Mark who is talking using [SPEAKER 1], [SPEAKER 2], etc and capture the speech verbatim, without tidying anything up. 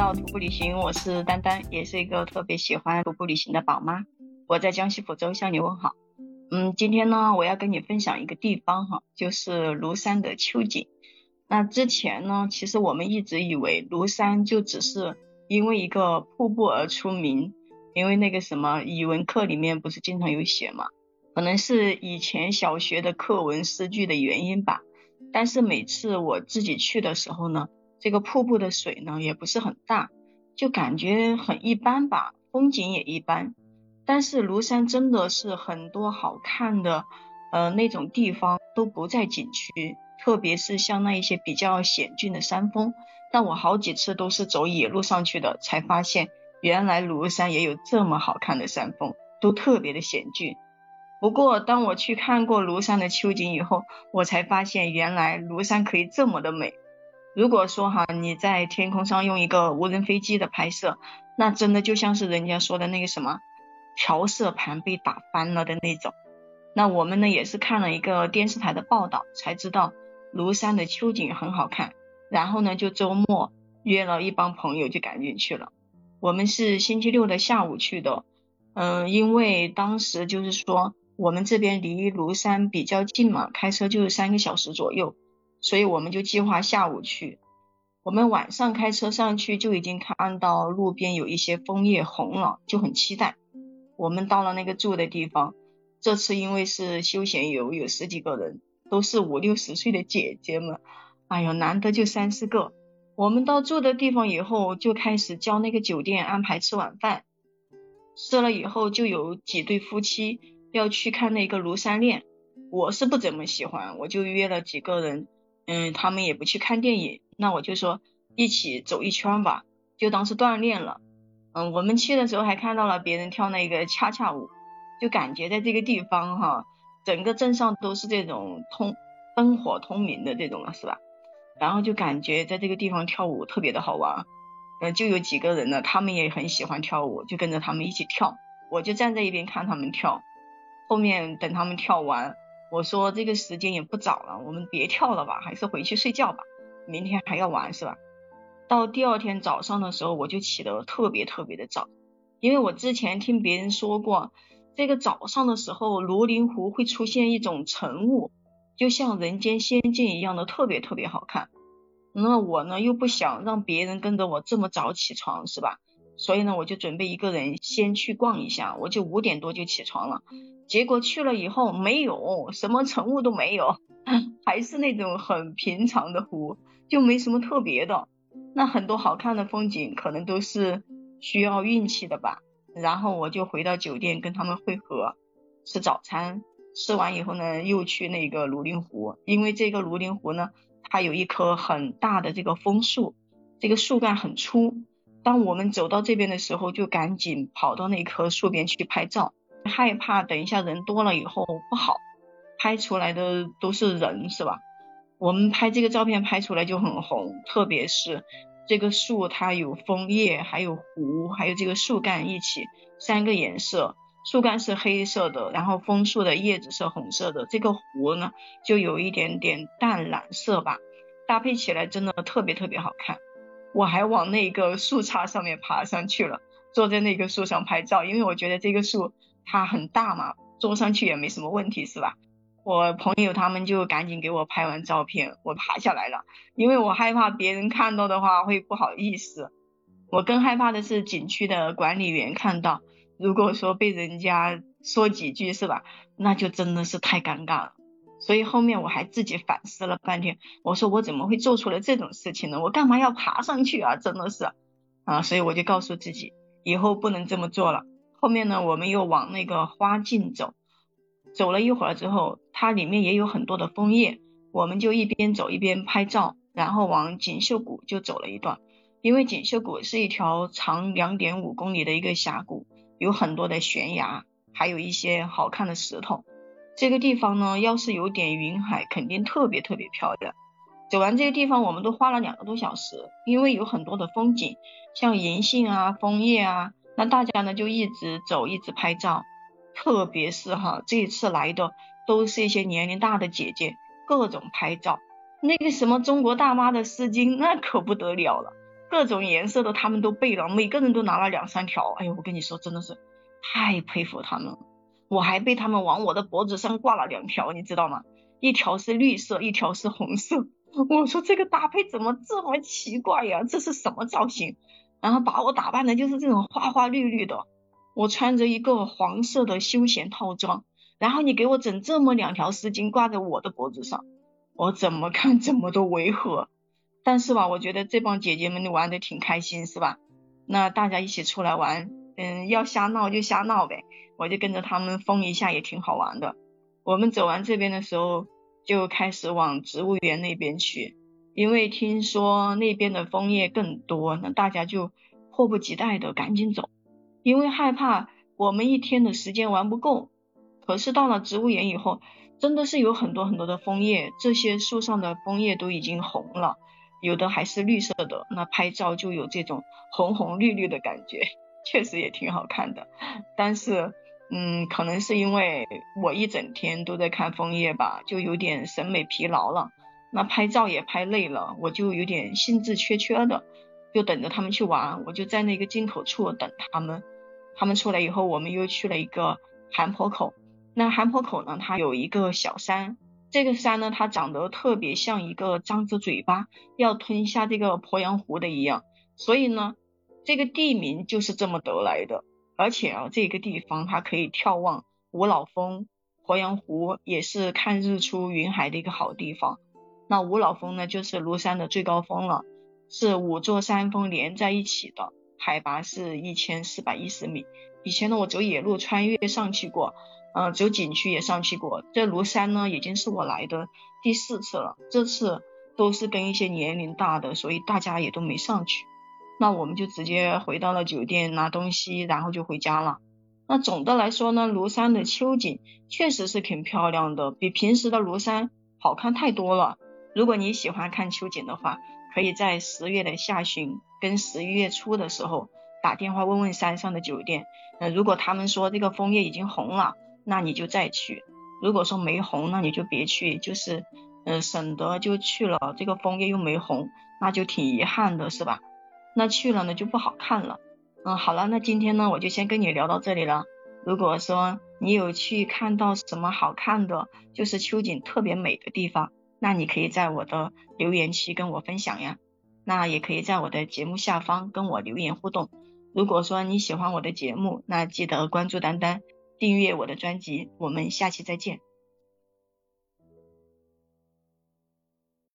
[SPEAKER 1] 到徒步旅行，我是丹丹，也是一个特别喜欢徒步旅行的宝妈。我在江西抚州向你问好。嗯，今天呢，我要跟你分享一个地方哈，就是庐山的秋景。那之前呢，其实我们一直以为庐山就只是因为一个瀑布而出名，因为那个什么语文课里面不是经常有写嘛，可能是以前小学的课文诗句的原因吧。但是每次我自己去的时候呢，这个瀑布的水呢也不是很大，就感觉很一般吧，风景也一般。但是庐山真的是很多好看的呃那种地方都不在景区，特别是像那一些比较险峻的山峰，但我好几次都是走野路上去的，才发现原来庐山也有这么好看的山峰，都特别的险峻。不过当我去看过庐山的秋景以后，我才发现原来庐山可以这么的美。如果说哈你在天空上用一个无人飞机的拍摄，那真的就像是人家说的那个什么调色盘被打翻了的那种。那我们呢也是看了一个电视台的报道才知道庐山的秋景很好看，然后呢就周末约了一帮朋友就赶紧去了。我们是星期六的下午去的，嗯，因为当时就是说我们这边离庐山比较近嘛，开车就是三个小时左右，所以我们就计划下午去。我们晚上开车上去就已经看到路边有一些枫叶红了，就很期待。我们到了那个住的地方，这次因为是休闲游，有十几个人，都是五六十岁的姐姐们，哎呦难得就三四个。我们到住的地方以后就开始叫那个酒店安排吃晚饭，吃了以后就有几对夫妻要去看那个庐山恋。我是不怎么喜欢，我就约了几个人，嗯，他们也不去看电影，那我就说一起走一圈吧，就当是锻炼了。嗯，我们去的时候还看到了别人跳那个恰恰舞，就感觉在这个地方哈，整个镇上都是这种通灯火通明的这种了，是吧？然后就感觉在这个地方跳舞特别的好玩。嗯，就有几个人呢，他们也很喜欢跳舞，就跟着他们一起跳，我就站在一边看他们跳。后面等他们跳完，我说这个时间也不早了，我们别跳了吧，还是回去睡觉吧，明天还要玩是吧？到第二天早上的时候，我就起得特别特别的早，因为我之前听别人说过，这个早上的时候庐陵湖会出现一种晨雾，就像人间仙境一样的特别特别好看。那我呢又不想让别人跟着我这么早起床是吧，所以呢我就准备一个人先去逛一下，我就五点多就起床了。结果去了以后没有什么晨雾都没有，还是那种很平常的湖，就没什么特别的。那很多好看的风景可能都是需要运气的吧。然后我就回到酒店跟他们会合，吃早餐，吃完以后呢又去那个庐陵湖，因为这个庐陵湖呢它有一棵很大的这个枫树，这个树干很粗，当我们走到这边的时候就赶紧跑到那棵树边去拍照，害怕等一下人多了以后不好，拍出来的都是人是吧。我们拍这个照片拍出来就很红，特别是这个树它有枫叶还有湖还有这个树干一起，三个颜色，树干是黑色的，然后枫树的叶子是红色的，这个湖呢就有一点点淡蓝色吧，搭配起来真的特别特别好看。我还往那个树杈上面爬上去了，坐在那个树上拍照，因为我觉得这个树它很大嘛，坐上去也没什么问题是吧。我朋友他们就赶紧给我拍完照片，我爬下来了，因为我害怕别人看到的话会不好意思，我更害怕的是景区的管理员看到，如果说被人家说几句是吧，那就真的是太尴尬了。所以后面我还自己反思了半天，我说我怎么会做出了这种事情呢，我干嘛要爬上去啊，真的是啊，所以我就告诉自己以后不能这么做了。后面呢我们又往那个花径走，走了一会儿之后，它里面也有很多的枫叶，我们就一边走一边拍照，然后往锦绣谷就走了一段。因为锦绣谷是一条长 两点五公里的一个峡谷，有很多的悬崖，还有一些好看的石头。这个地方呢要是有点云海肯定特别特别漂亮。走完这个地方我们都花了两个多小时，因为有很多的风景，像银杏啊枫叶啊，那大家呢就一直走一直拍照。特别是哈这一次来的都是一些年龄大的姐姐，各种拍照，那个什么中国大妈的丝巾那可不得了了， 各种颜色的他们都备了，每个人都拿了两三条。哎呦，我跟你说真的是太佩服他们了。我还被他们往我的脖子上挂了两条，你知道吗？一条是绿色，一条是红色。我说这个搭配怎么这么奇怪呀？这是什么造型？然后把我打扮的就是这种花花绿绿的，我穿着一个黄色的休闲套装，然后你给我整这么两条丝巾挂在我的脖子上，我怎么看怎么都违和。但是吧，我觉得这帮姐姐们玩的挺开心，是吧？那大家一起出来玩，嗯，要瞎闹就瞎闹呗，我就跟着他们疯一下也挺好玩的。我们走完这边的时候，就开始往植物园那边去，因为听说那边的枫叶更多，那大家就迫不及待的赶紧走，因为害怕我们一天的时间玩不够。可是到了植物园以后，真的是有很多很多的枫叶，这些树上的枫叶都已经红了，有的还是绿色的，那拍照就有这种红红绿绿的感觉，确实也挺好看的。但是嗯，可能是因为我一整天都在看枫叶吧，就有点审美疲劳了，那拍照也拍累了，我就有点兴致缺缺的，就等着他们去玩。我就在那个进口处等他们，他们出来以后，我们又去了一个韩坡口。那韩坡口呢，它有一个小山，这个山呢，它长得特别像一个张着嘴巴要吞下这个鄱阳湖的一样，所以呢，这个地名就是这么得来的。而且啊，这个地方它可以眺望五老峰、鄱阳湖，也是看日出云海的一个好地方。那五老峰呢，就是庐山的最高峰了，是五座山峰连在一起的，海拔是一千四百一十米。以前呢，我走野路穿越上去过，呃，走景区也上去过。这庐山呢，已经是我来的第四次了，这次都是跟一些年龄大的，所以大家也都没上去。那我们就直接回到了酒店拿东西，然后就回家了。那总的来说呢，庐山的秋景确实是挺漂亮的，比平时的庐山好看太多了。如果你喜欢看秋景的话，可以在十月的下旬跟十一月初的时候打电话问问山上的酒店，呃，如果他们说这个枫叶已经红了，那你就再去；如果说没红，那你就别去，就是呃省得就去了这个枫叶又没红，那就挺遗憾的，是吧？那去了呢就不好看了。嗯，好了，那今天呢我就先跟你聊到这里了。如果说你有去看到什么好看的，就是秋景特别美的地方，那你可以在我的留言区跟我分享呀。那也可以在我的节目下方跟我留言互动。如果说你喜欢我的节目，那记得关注丹丹，订阅我的专辑，我们下期再见。